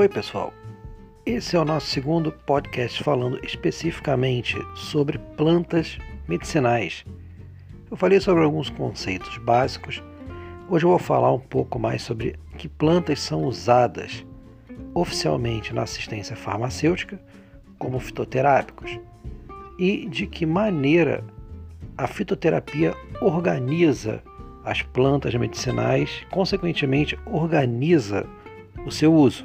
Oi, pessoal. Esse é o nosso segundo podcast falando especificamente sobre plantas medicinais. Eu falei sobre alguns conceitos básicos. Hoje eu vou falar um pouco mais sobre que plantas são usadas oficialmente na assistência farmacêutica como fitoterápicos e de que maneira a fitoterapia organiza as plantas medicinais, consequentemente organiza o seu uso.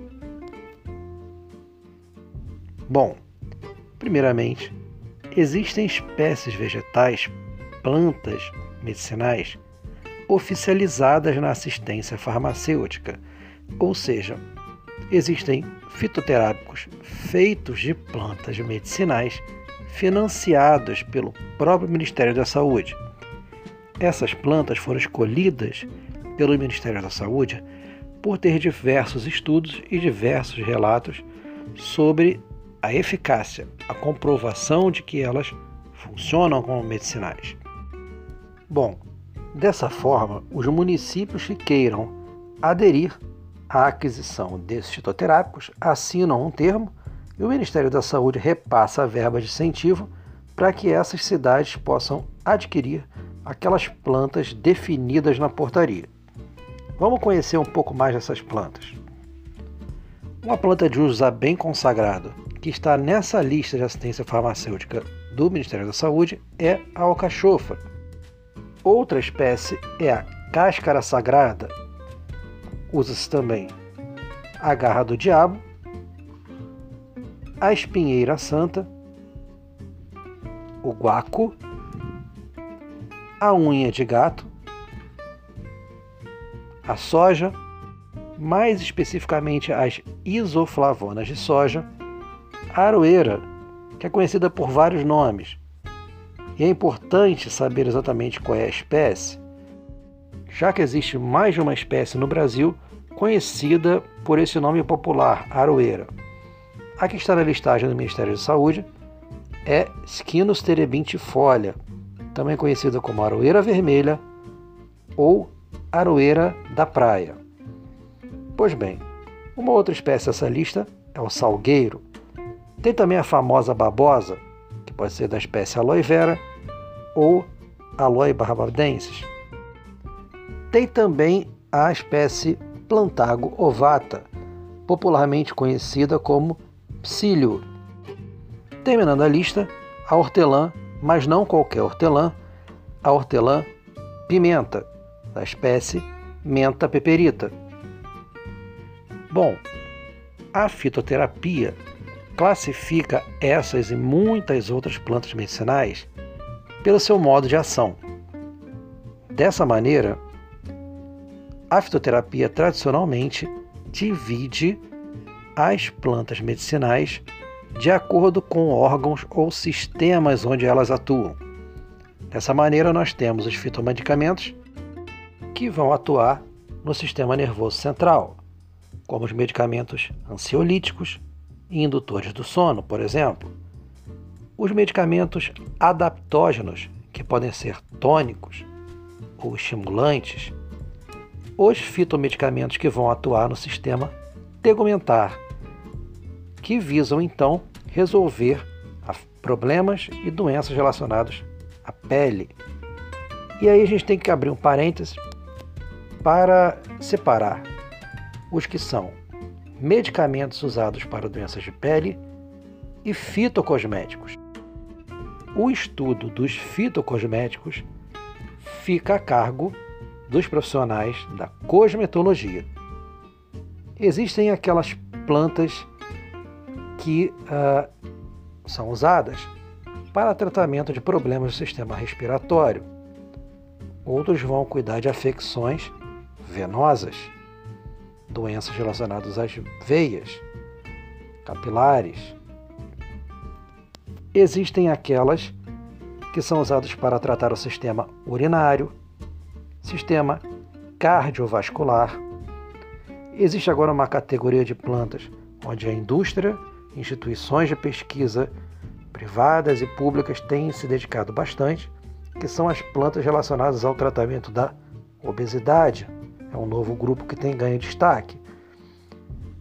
Bom, primeiramente, existem espécies vegetais, plantas medicinais, oficializadas na assistência farmacêutica, ou seja, existem fitoterápicos feitos de plantas medicinais financiados pelo próprio Ministério da Saúde. Essas plantas foram escolhidas pelo Ministério da Saúde por ter diversos estudos e diversos relatos sobre a eficácia, a comprovação de que elas funcionam como medicinais. Bom, dessa forma, os municípios que queiram aderir à aquisição desses fitoterápicos assinam um termo e o Ministério da Saúde repassa a verba de incentivo para que essas cidades possam adquirir aquelas plantas definidas na portaria. Vamos conhecer um pouco mais dessas plantas. Uma planta de uso bem consagrado que está nessa lista de assistência farmacêutica do Ministério da Saúde é a alcachofra. Outra espécie é a cáscara sagrada. Usa-se também a garra do diabo, a espinheira santa, o guaco, a unha de gato, a soja, mais especificamente as isoflavonas de soja, a aroeira, que é conhecida por vários nomes. E é importante saber exatamente qual é a espécie, já que existe mais de uma espécie no Brasil conhecida por esse nome popular, aroeira. A que está na listagem do Ministério da Saúde é Schinus terebintifolia, também conhecida como aroeira vermelha ou aroeira da praia. Pois bem, uma outra espécie dessa lista é o salgueiro. Tem também a famosa babosa, que pode ser da espécie aloe vera ou aloe barbadensis. Tem também a espécie plantago ovata, popularmente conhecida como psyllio. Terminando a lista, a hortelã, mas não qualquer hortelã, a hortelã pimenta, da espécie Mentha peperita. Bom, a fitoterapia classifica essas e muitas outras plantas medicinais pelo seu modo de ação. Dessa maneira, a fitoterapia tradicionalmente divide as plantas medicinais de acordo com órgãos ou sistemas onde elas atuam. Dessa maneira, nós temos os fitomedicamentos que vão atuar no sistema nervoso central, como os medicamentos ansiolíticos e indutores do sono, por exemplo. Os medicamentos adaptógenos, que podem ser tônicos ou estimulantes. Os fitomedicamentos que vão atuar no sistema tegumentar, que visam então resolver problemas e doenças relacionados à pele. E aí a gente tem que abrir um parênteses para separar os que são medicamentos usados para doenças de pele e fitocosméticos. O estudo dos fitocosméticos fica a cargo dos profissionais da cosmetologia. Existem aquelas plantas que são usadas para tratamento de problemas do sistema respiratório. Outros vão cuidar de afecções venosas, doenças relacionadas às veias, capilares. Existem aquelas que são usadas para tratar o sistema urinário, sistema cardiovascular. Existe agora uma categoria de plantas onde a indústria, instituições de pesquisa privadas e públicas têm se dedicado bastante, que são as plantas relacionadas ao tratamento da obesidade. É um novo grupo que tem ganho destaque.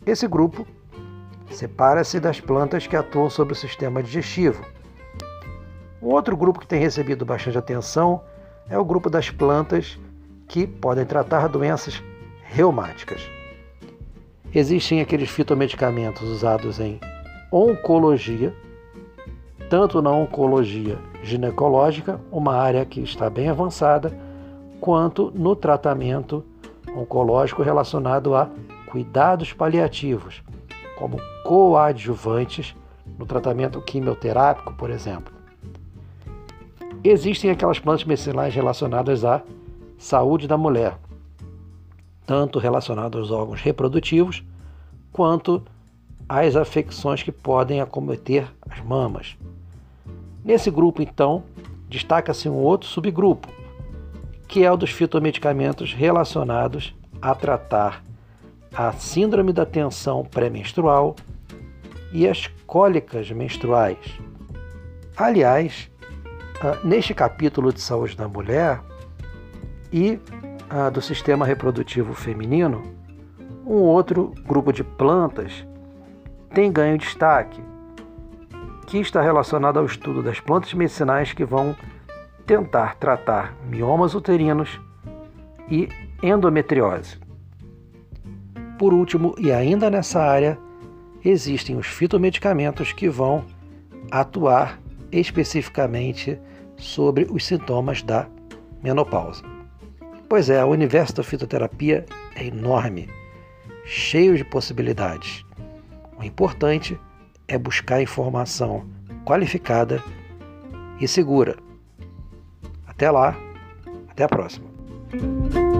Esse grupo separa-se das plantas que atuam sobre o sistema digestivo. Um outro grupo que tem recebido bastante atenção é o grupo das plantas que podem tratar doenças reumáticas. Existem aqueles fitomedicamentos usados em oncologia, tanto na oncologia ginecológica, uma área que está bem avançada, quanto no tratamento oncológico relacionado a cuidados paliativos, como coadjuvantes no tratamento quimioterápico, por exemplo. Existem aquelas plantas medicinais relacionadas à saúde da mulher, tanto relacionadas aos órgãos reprodutivos, quanto às afecções que podem acometer as mamas. Nesse grupo, então, destaca-se um outro subgrupo, que é o dos fitomedicamentos relacionados a tratar a síndrome da tensão pré-menstrual e as cólicas menstruais. Aliás, neste capítulo de saúde da mulher e do sistema reprodutivo feminino, um outro grupo de plantas tem ganho destaque, que está relacionado ao estudo das plantas medicinais que vão tentar tratar miomas uterinos e endometriose. Por último, e ainda nessa área, existem os fitomedicamentos que vão atuar especificamente sobre os sintomas da menopausa. Pois é, o universo da fitoterapia é enorme, cheio de possibilidades. O importante é buscar informação qualificada e segura. Até lá, até a próxima.